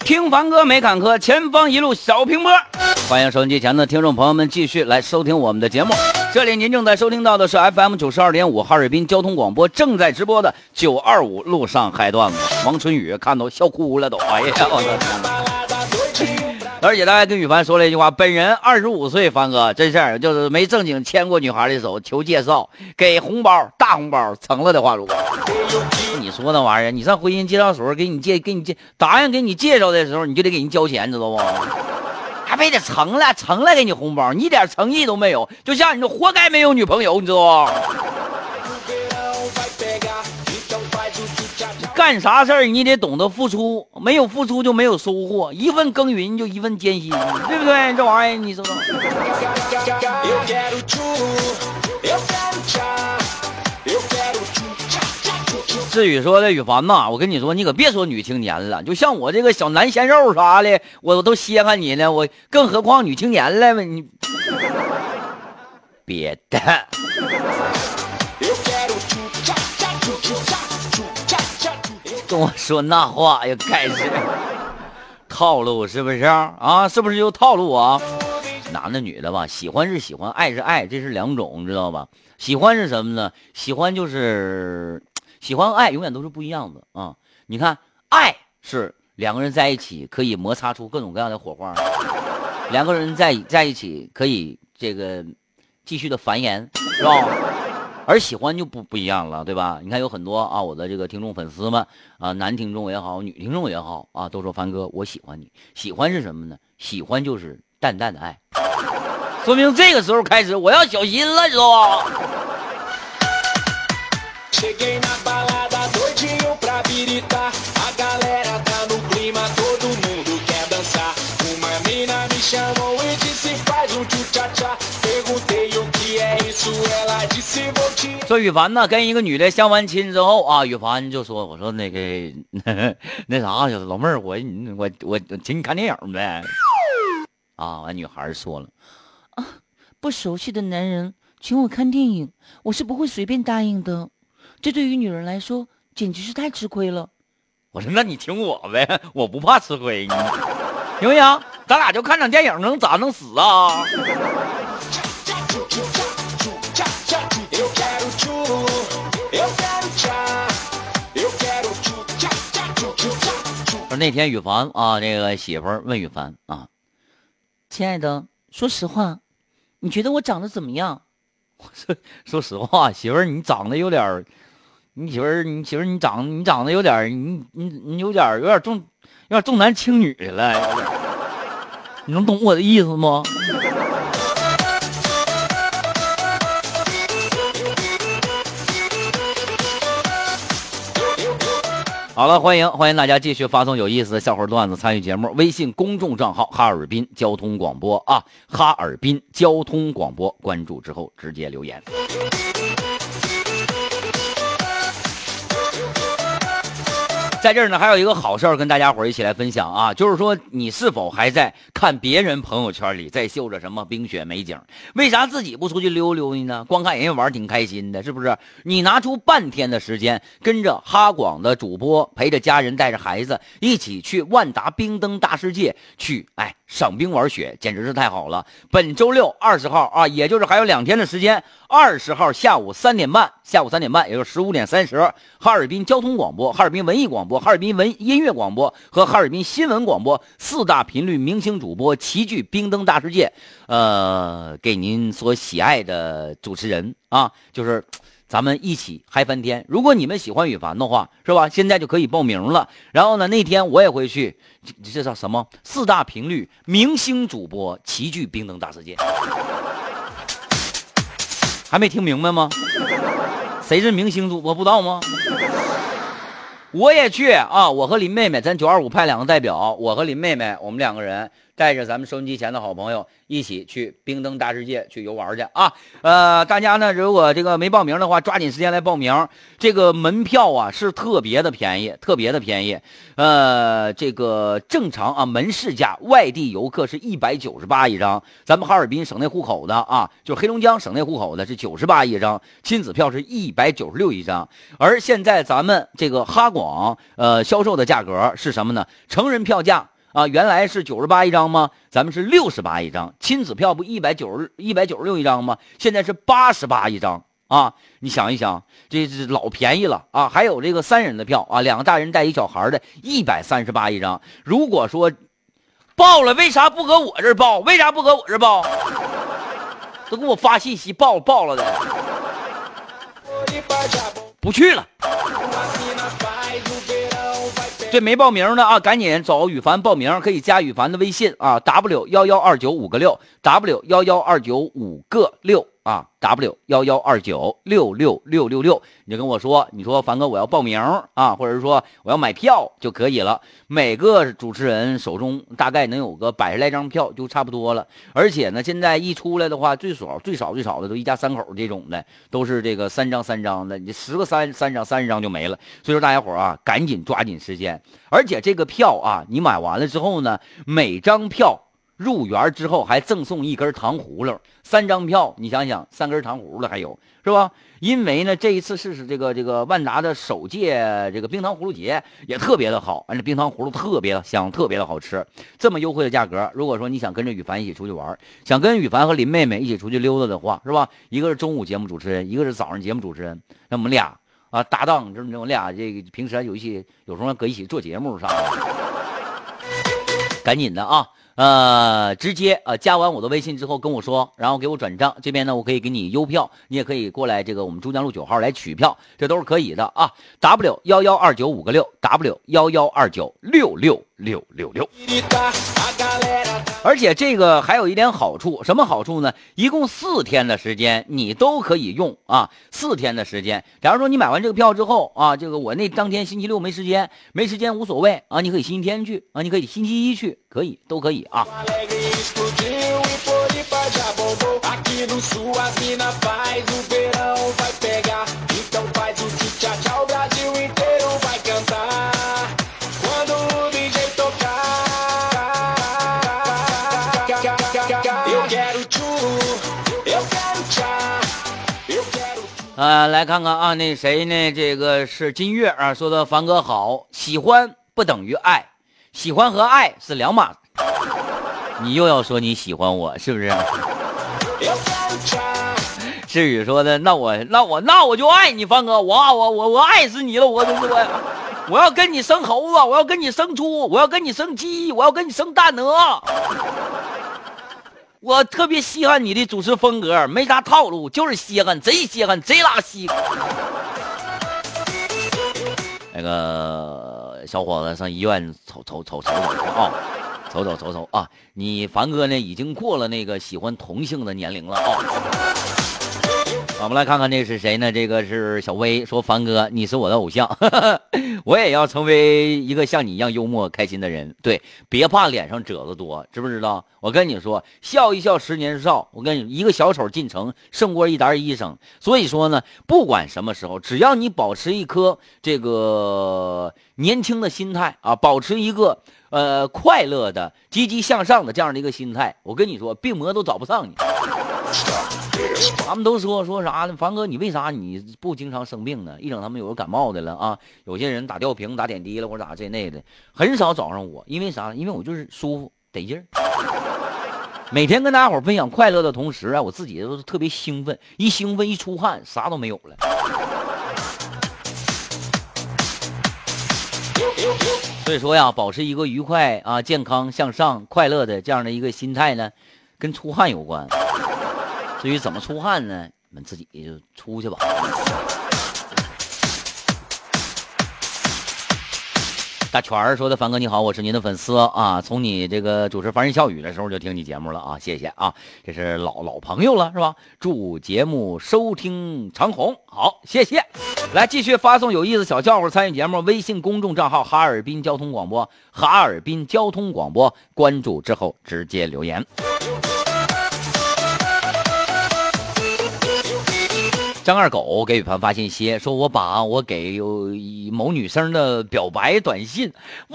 听凡哥没坎坷，前方一路小平坡。欢迎收音机前的听众朋友们继续来收听我们的节目。这里您正在收听到的是 FM 92.5哈尔滨交通广播正在直播的925路上嗨段子。王春雨看到笑哭了都，哎呀，我的天！而且他还跟羽凡说了一句话：本人25岁，凡哥真事儿，就是没正经牵过女孩的手，求介绍，给红包大红包成了的话，如果你说那玩意儿，你上婚姻介绍所给你答应给你介绍的时候，你就得给人交钱，知道不？还非得成了给你红包，你一点诚意都没有，就像你这活该没有女朋友，你知道不？干啥事儿你得懂得付出，没有付出就没有收获，一份耕耘就一份艰辛，对不对？这玩意儿你知道。至于说的羽凡呐，我跟你说，你可别说女青年了，就像我这个小男鲜肉啥的，我都稀罕你呢，我更何况女青年了，你别的。跟我说那话又开始套路，是不是啊？是不是又套路啊？男的女的吧，喜欢是喜欢，爱是爱，这是两种，知道吧？喜欢是什么呢？喜欢就是喜欢，爱永远都是不一样的啊！你看，爱是两个人在一起可以摩擦出各种各样的火花，两个人在一起可以这个继续的繁衍，是吧？而喜欢就不一样了，对吧？你看有很多啊，我的这个听众粉丝们啊，男听众也好，女听众也好啊，都说凡哥我喜欢你。喜欢是什么呢？喜欢就是淡淡的爱，说明这个时候开始我要小心了，知道吧？说羽凡呢跟一个女的相完亲之后啊，羽凡就说：“我说那个那啥，老妹儿，我请你看电影呗。”啊，完女孩说了：“啊，不熟悉的男人请我看电影，我是不会随便答应的。这对于女人来说简直是太吃亏了。”我说：“那你听我呗，我不怕吃亏，行不行？咱俩就看场电影，能咋能死啊？”那天羽凡啊，那个媳妇儿问羽凡啊：“亲爱的，说实话，你觉得我长得怎么样？”我说实话，媳妇儿你长得有点，你媳妇儿你长得有点，你有点重男轻女的了，你能懂我的意思吗？好了，欢迎大家继续发送有意思的笑话段子参与节目。微信公众账号哈尔滨交通广播啊，哈尔滨交通广播，关注之后直接留言。在这儿呢，还有一个好事儿跟大家伙儿一起来分享啊，就是说你是否还在看别人朋友圈里在秀着什么冰雪美景？为啥自己不出去溜溜呢？光看人家玩挺开心的，是不是？你拿出半天的时间，跟着哈广的主播，陪着家人，带着孩子一起去万达冰灯大世界去，赏冰玩雪，简直是太好了。本周六20号啊，也就是还有2天的时间，20号下午3点半，也就是15点30，哈尔滨交通广播、哈尔滨文艺广播、哈尔滨音乐广播和哈尔滨新闻广播4大频率明星主播齐聚冰灯大世界，给您所喜爱的主持人啊，就是咱们一起嗨翻天。如果你们喜欢羽凡的话，是吧？现在就可以报名了。然后呢，那天我也会去，这叫什么？4大频率明星主播齐聚冰灯大世界。还没听明白吗？谁是明星主播不知道吗？我也去啊！我和林妹妹，咱925派2个代表，我和林妹妹，我们2个人带着咱们收音机前的好朋友一起去冰灯大世界去游玩去啊！大家呢，如果这个没报名的话，抓紧时间来报名。这个门票啊是特别的便宜，这个正常啊门市价，外地游客是198一张，咱们哈尔滨省内户口的啊，就是黑龙江省内户口的是98一张，亲子票是196一张。而现在咱们这个哈广销售的价格是什么呢？成人票价啊，原来是98一张吗？咱们是68一张。亲子票不196一张吗？现在是88一张啊！你想一想，这是老便宜了啊！还有这个3人的票啊，2个大人带一小孩的138一张。如果说报了，为啥不搁我这儿报？为啥不搁我这儿报？都给我发信息报了的，不去了。这没报名的啊，赶紧找羽凡报名，可以加羽凡的微信啊 W1129566 啊 W112966666，你就跟我说，你说凡哥我要报名啊，或者是说我要买票就可以了。每个主持人手中大概能有个100来张票就差不多了。而且呢，现在一出来的话，最少的都一家3口这种的，都是这个3张的，你10个3张30张就没了。所以说大家伙啊，赶紧抓紧时间。而且这个票啊，你买完了之后呢，每张票入园之后还赠送1根糖葫芦，3张票你想想3根糖葫芦还有是吧？因为呢这一次是这个万达的首届这个冰糖葫芦节也特别的好，冰糖葫芦特别的香，特别的好吃。这么优惠的价格，如果说你想跟着羽凡一起出去玩，想跟羽凡和林妹妹一起出去溜达的话，是吧？一个是中午节目主持人，一个是早上节目主持人，那我们俩啊搭档，就是我们俩这个平时还有时候搁一起做节目啥的，赶紧的啊！直接加完我的微信之后跟我说，然后给我转账，这边呢我可以给你邮票，你也可以过来这个我们珠江路9号来取票，这都是可以的啊。W1129566 W112966666。而且这个还有一点好处，什么好处呢？一共4天的时间你都可以用啊，4天的时间。假如说你买完这个票之后啊，这个我那当天星期六没时间无所谓啊，你可以星期天去啊，你可以星期一去，可以都可以啊。来看看啊，那谁呢？这个是金月啊，说的凡哥好，喜欢不等于爱，喜欢和爱是2码。你又要说你喜欢我是不是？世宇说的，那我就爱你，凡哥，我爱死你了，我要跟你生猴子，我要跟你生猪，我要跟你生鸡，我要跟你生大鹅。我特别稀罕你的主持风格，没啥套路，就是稀罕，贼稀罕，贼拉稀。那个小伙子上医院瞅啊，瞅啊！你凡哥呢已经过了那个喜欢同性的年龄了啊。我们来看看这是谁呢？这个是小薇，说凡哥你是我的偶像，我也要成为一个像你一样幽默开心的人。对，别怕脸上褶子多，知不知道？我跟你说，笑一笑10年少。我跟你，一个小丑进城胜过1打医生。所以说呢，不管什么时候，只要你保持一颗这个年轻的心态啊，保持一个快乐的、积极向上的这样的一个心态，我跟你说，病魔都找不上你。他们都说啥呢？凡哥，你为啥你不经常生病呢？一整他们有个感冒的了啊，有些人打吊瓶、打点滴了或者打这那的，很少找上我。因为啥？因为我就是舒服得劲儿。每天跟大家伙分享快乐的同时啊，我自己都是特别兴奋，一兴奋一出汗，啥都没有了。所以说呀，保持一个愉快啊、健康向上、快乐的这样的一个心态呢，跟出汗有关。至于怎么出汗呢，你们自己就出去吧。大全儿说的，凡哥你好，我是您的粉丝啊，从你这个主持凡人笑语的时候就听你节目了啊，谢谢啊，这是老朋友了是吧？祝节目收听长红，好，谢谢。来继续发送有意思小笑话参与节目，微信公众账号哈尔滨交通广播，哈尔滨交通广播，关注之后直接留言。张二狗给羽凡发信息说，我把我给某女生的表白短信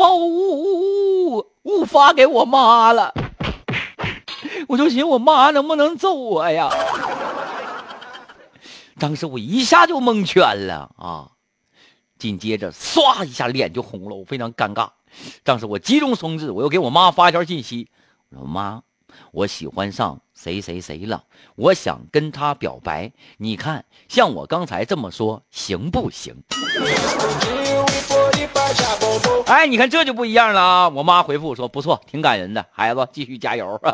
误发给我妈了，我就寻我妈能不能揍我呀？当时我一下就蒙圈了啊，紧接着唰一下脸就红了，我非常尴尬当时我急中生智，我又给我妈发一条信息，我说妈，我喜欢上谁谁谁了，我想跟他表白，你看像我刚才这么说行不行？哎，你看这就不一样了啊！我妈回复说不错，挺感人的，孩子继续加油。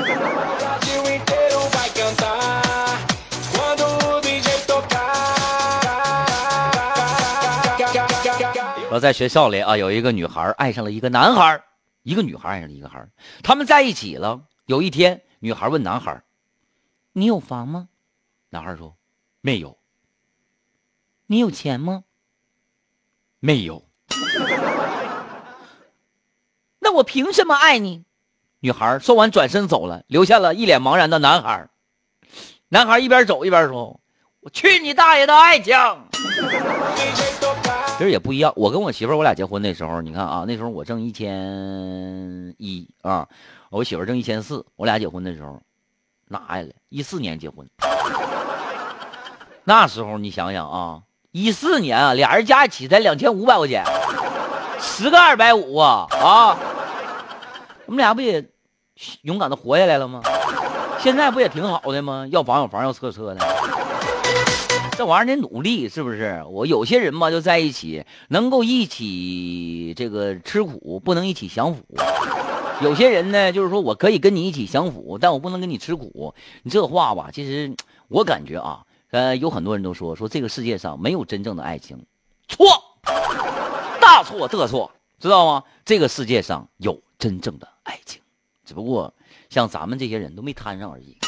说在学校里啊，有一个女孩爱上了一个男孩，一个女孩爱上了一个孩，他们在一起了。有一天，女孩问男孩：“你有房吗？”男孩说：“没有。”“你有钱吗？”“没有。”“那我凭什么爱你？”女孩说完转身走了，留下了一脸茫然的男孩。男孩一边走一边说：“我去你大爷的爱情！”其实也不一样，我跟我媳妇儿我俩结婚那时候，你看啊，那时候我挣1100啊，我媳妇儿挣1400，我俩结婚的时候，哪呀？14年结婚，那时候你想想啊，14年啊，俩人加一起才2500块钱，10个250啊，我们俩不也勇敢的活下来了吗？现在不也挺好的吗？要房有房，要车有车的。这玩意儿得努力，是不是？我有些人嘛，就在一起，能够一起这个吃苦，不能一起享福。有些人呢，就是说我可以跟你一起享福，但我不能跟你吃苦。你这话吧，其实我感觉啊，有很多人都说这个世界上没有真正的爱情，错，大错特错，知道吗？这个世界上有真正的爱情，只不过像咱们这些人都没摊上而已。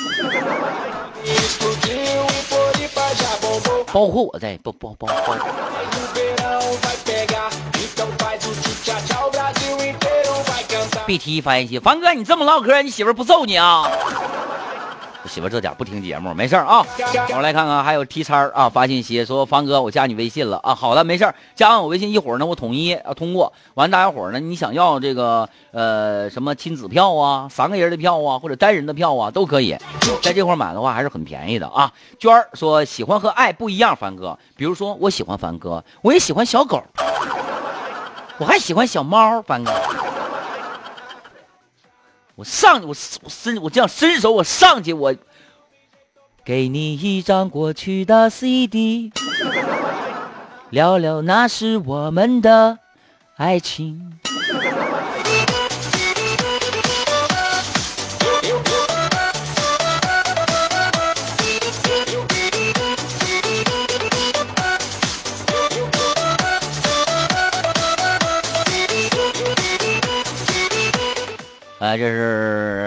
包括我在包。BT 发信息，凡哥，你这么唠嗑，你媳妇不揍你啊？我媳妇这点不听节目，没事啊。我来看看，还有 T 叉啊发信息说，凡哥，我加你微信了啊。好的，没事，加完我微信一会儿呢，我统一通过。完，大家伙呢，你想要这个什么亲子票啊，3个人的票啊，或者单人的票啊，都可以。在这块买的话还是很便宜的啊。娟儿说，喜欢和爱不一样，凡哥。比如说，我喜欢凡哥，我也喜欢小狗，我还喜欢小猫，凡哥。我这样伸手，我上去，我给你一张过去的 CD， 聊聊那是我们的爱情。这是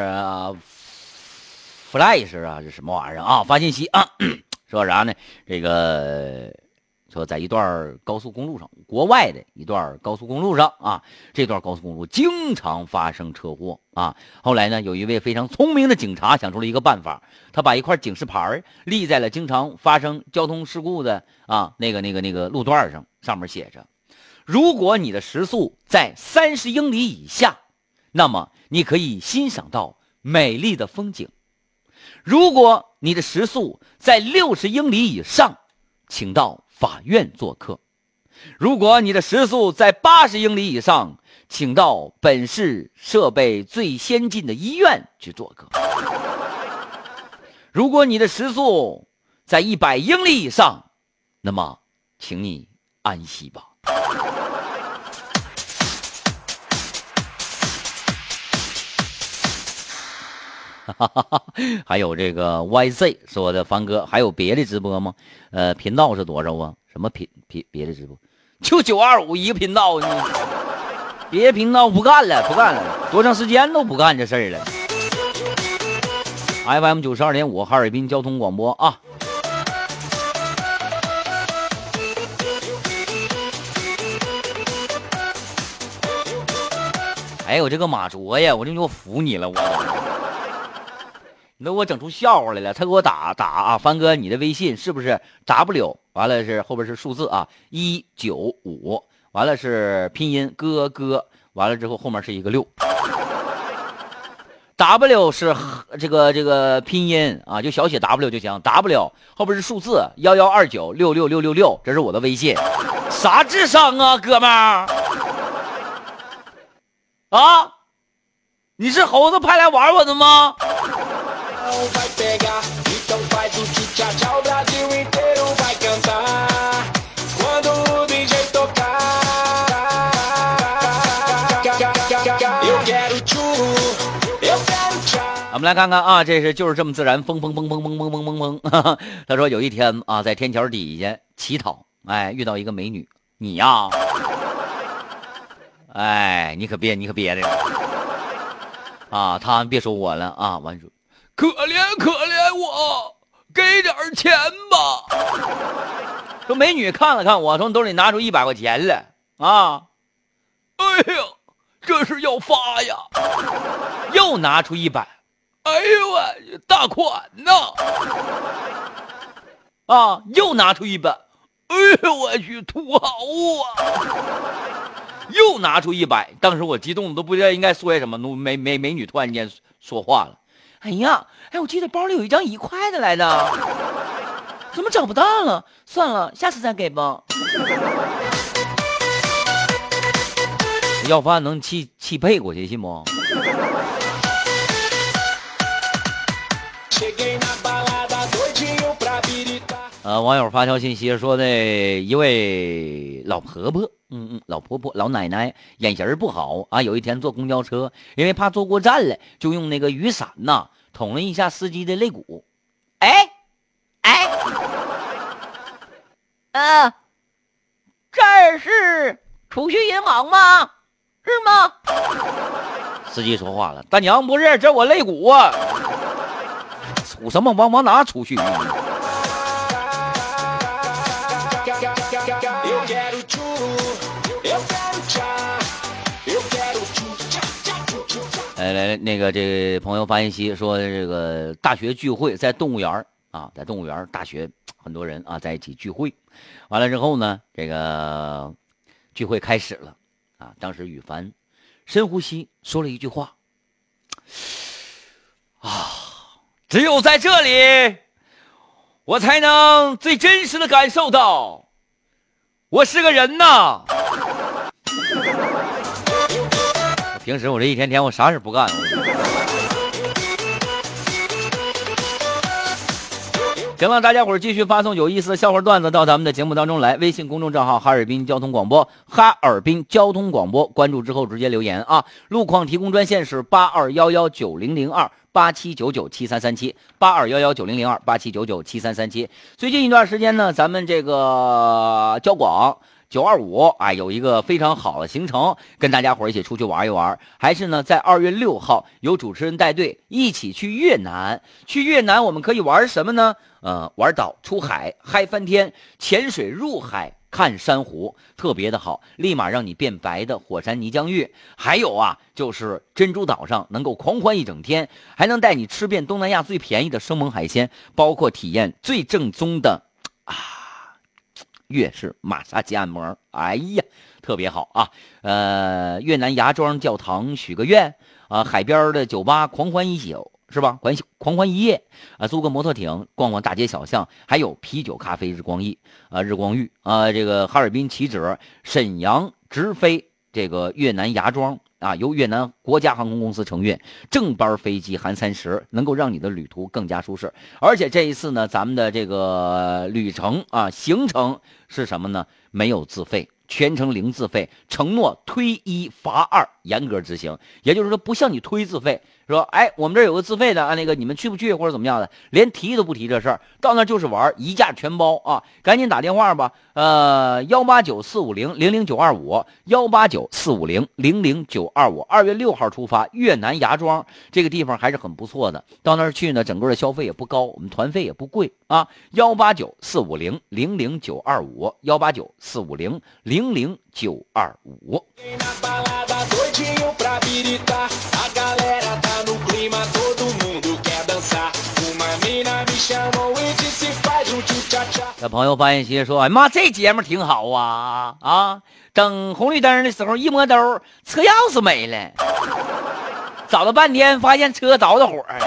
Flash 啊，这什么玩意儿啊？发信息啊，说啥呢？这个说在一段高速公路上，国外的一段高速公路上啊，这段高速公路经常发生车祸啊。后来呢，有一位非常聪明的警察想出了一个办法，他把一块警示牌立在了经常发生交通事故的那个路段上，上面写着：如果你的时速在30英里以下，那么你可以欣赏到美丽的风景。如果你的时速在60英里以上，请到法院做客。如果你的时速在80英里以上，请到本市设备最先进的医院去做客。如果你的时速在100英里以上，那么请你安息吧。还有这个 YZ 说的，凡哥还有别的直播吗？频道是多少啊？什么别的直播？就925一个频道，你别的频道不干了，多长时间都不干这事儿了。FM 92.5哈尔滨交通广播啊。还有这个马卓呀，我真就服你了，你都给我整出笑话来了。他给我打啊，凡哥，你的微信是不是 W 完了是后边是数字啊195，完了是拼音哥，完了之后后面是一个6。W 是这个拼音啊，就小写 W 就行。W 后边是数字1129666666，这是我的微信。啥智商啊，哥们儿？ 啊？你是猴子派来玩我的吗？我们来看看啊，这是就是这么自然，风风风风风风风风风。他说有一天啊，在天桥底下乞讨，哎，遇到一个美女，你呀，哎，你可别的啊，他别说我了啊，完说可怜我，给点钱吧。说美女看了看我，从兜里拿出100块钱来啊，哎呀，这是要发呀，又拿出100。哎呦喂，大款呐！啊，又拿出100，哎呦我去，土豪啊！又拿出100，当时我激动都不知道应该说些什么。美女突然间说话了：“哎呀，哎，我记得包里有一张1块的来的，怎么找不到了？算了，下次再给吧。”要饭能气配过去，信不？网友发条信息说的一位老婆婆，老奶奶眼神不好啊。有一天坐公交车，因为怕坐过站了，就用那个雨伞呐捅了一下司机的肋骨。这是储蓄银行吗？是吗？司机说话了，大娘不是，这我肋骨啊。储什么往哪储蓄？来，那个这朋友发信息说，这个大学聚会在动物园啊，在动物园大学很多人啊在一起聚会，完了之后呢，这个聚会开始了啊。当时羽凡深呼吸说了一句话啊，只有在这里，我才能最真实的感受到，我是个人呐。平时我这一天我啥事不干。行了，大家伙继续发送有意思的笑话段子到咱们的节目当中来。微信公众账号哈尔滨交通广播，哈尔滨交通广播，关注之后直接留言啊。路况提供专线是8211900287997337，8211900287997337。最近一段时间呢，咱们这个交广925哎，有一个非常好的行程，跟大家伙一起出去玩一玩。还是呢，在2月6号有主持人带队一起去越南。去越南我们可以玩什么呢？玩岛、出海、嗨翻天、潜水入海、看珊瑚，特别的好，立马让你变白的火山泥浆浴。还有啊，就是珍珠岛上能够狂欢一整天，还能带你吃遍东南亚最便宜的生猛海鲜，包括体验最正宗的越式马杀鸡按摩。哎呀，特别好啊！越南芽庄教堂许个愿啊，海边的酒吧狂欢一宿是吧？狂欢一夜啊，租个摩托艇逛逛大街小巷，还有啤酒咖啡日光浴啊。这个哈尔滨起止，沈阳直飞这个越南芽庄啊，由越南国家航空公司承运，正班飞机含30，能够让你的旅途更加舒适。而且这一次呢，咱们的这个旅程啊，行程是什么呢？没有自费，全程零自费，承诺推1罚2，严格执行。也就是说，不向你推自费，说哎，我们这有个自费的啊，那个你们去不去或者怎么样的，连提都不提这事儿，到那就是玩，一价全包啊！赶紧打电话吧，189-450-00925，189-450-00925。2月6号出发，越南芽庄这个地方还是很不错的。到那儿去呢，整个的消费也不高，我们团费也不贵啊。189-450-00925，189-450-00925。这朋友发信息说：“哎妈，这节目挺好啊！等红绿灯的时候一摸兜，车钥匙没了，找了半天发现车着火了。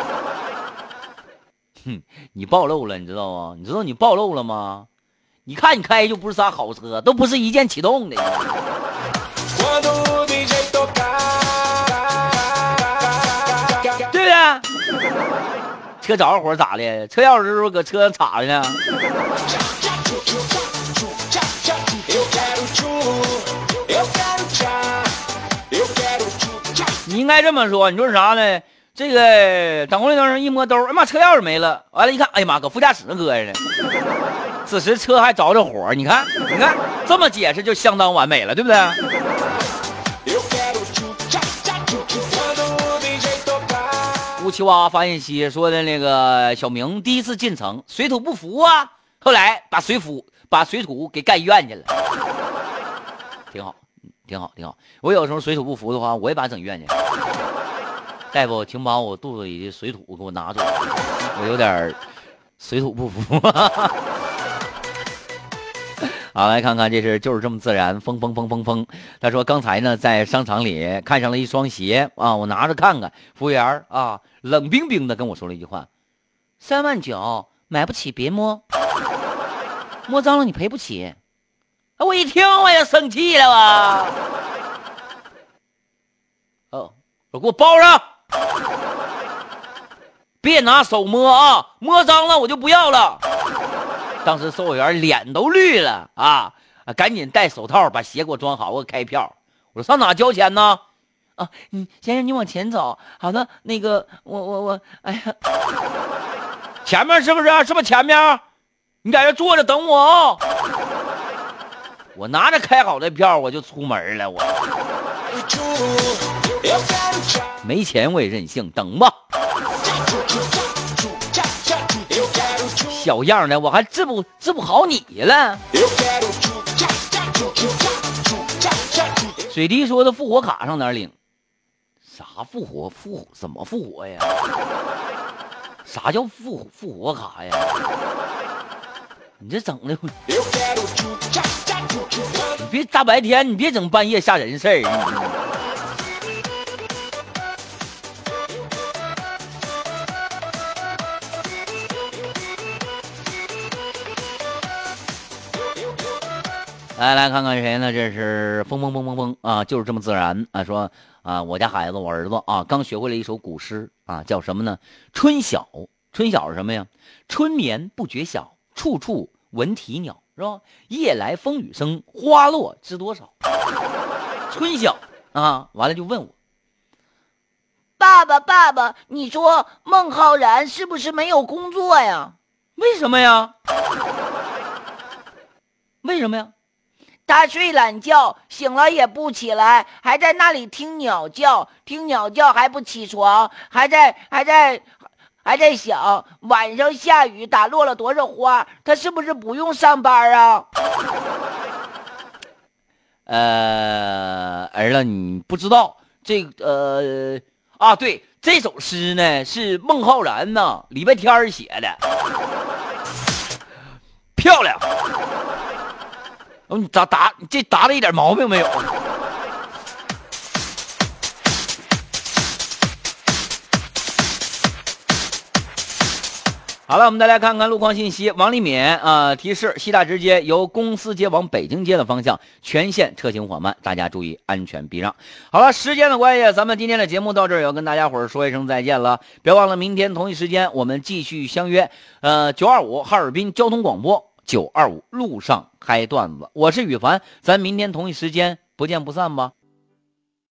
你暴露了，你知道吗？你知道你暴露了吗？你看你开就不是啥好车，都不是一键启动的。” 车着火咋的？车钥匙是不是搁车上插着呢？你应该这么说，你说啥呢？这个等红绿灯一摸兜，哎妈，车钥匙没了。完了，一看，哎呀妈，搁副驾驶搁着呢。此时车还着着火，你看，这么解释就相当完美了，对不对？乌奇娃发信息说的那个小明第一次进城，水土不服啊，后来把水土给干医院去了，挺好。我有时候水土不服的话，我也把他整医院去。大夫，请把我肚子里的水土给我拿出来，我有点水土不服。好，来看看这是就是这么自然，风。他说刚才呢在商场里看上了一双鞋啊，我拿着看看，服务员啊冷冰冰的跟我说了一句话：39000买不起别摸，摸脏了你赔不起。我一听我也生气了啊！我给我包上，别拿手摸啊，摸脏了我就不要了。当时售货员脸都绿了啊！赶紧戴手套把鞋给我装好，我开票。我说上哪交钱呢？先生你往前走。好的，那个我哎呀，前面是不是前面？你在这坐着等我啊！我拿着开好的票我就出门了，我没钱我也任性，等吧。小样的，我还治不好你了。水滴说的复活卡上哪儿领？啥复活怎么复活呀？啥叫复活卡呀？你这整的，你别大白天，你别整半夜吓人事儿。来看看谁呢？这是风啊，就是这么自然啊。说啊，我家孩子，我儿子啊，刚学会了一首古诗啊，叫什么呢？春晓是什么呀？春眠不觉晓，处处闻啼鸟，是吧？夜来风雨声，花落知多少。春晓啊，完了就问我， 爸爸，你说孟浩然是不是没有工作呀？ 为什么呀？他睡懒觉，醒了也不起来，还在那里听鸟叫还不起床，还在想晚上下雨打落了多少花，他是不是不用上班啊？ 儿子，你不知道这个对，这首诗呢是孟浩然呢礼拜天写的，漂亮。你这答的一点毛病没有。好了，我们再来看看路况信息。王立敏提示西大直街由公司街往北京街的方向全线车行缓慢，大家注意安全避让。好了，时间的关系，咱们今天的节目到这儿，要跟大家伙儿说一声再见了。别忘了明天同一时间我们继续相约925哈尔滨交通广播925路上开段子。我是宇凡，咱明天同一时间不见不散吧。